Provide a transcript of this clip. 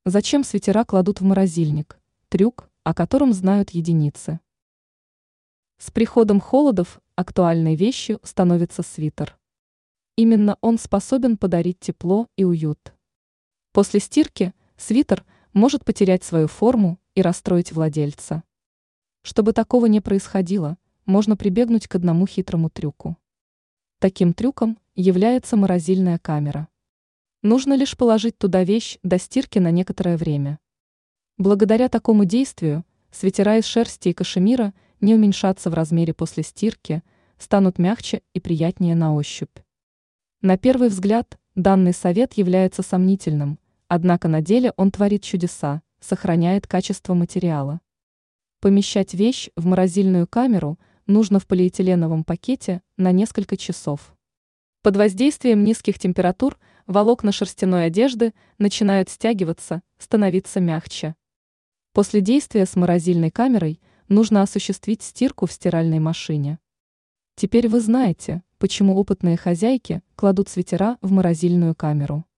Зачем свитера кладут в морозильник? Трюк, о котором знают единицы. С приходом холодов актуальной вещью становится свитер. Именно он способен подарить тепло и уют. После стирки свитер может потерять свою форму и расстроить владельца. Чтобы такого не происходило, можно прибегнуть к одному хитрому трюку. Таким трюком является морозильная камера. Нужно лишь положить туда вещь до стирки на некоторое время. Благодаря такому действию свитера из шерсти и кашемира не уменьшатся в размере после стирки, станут мягче и приятнее на ощупь. На первый взгляд данный совет является сомнительным, однако на деле он творит чудеса, сохраняет качество материала. Помещать вещь в морозильную камеру нужно в полиэтиленовом пакете на несколько часов. Под воздействием низких температур волокна шерстяной одежды начинают стягиваться, становиться мягче. После действия с морозильной камерой нужно осуществить стирку в стиральной машине. Теперь вы знаете, почему опытные хозяйки кладут свитера в морозильную камеру.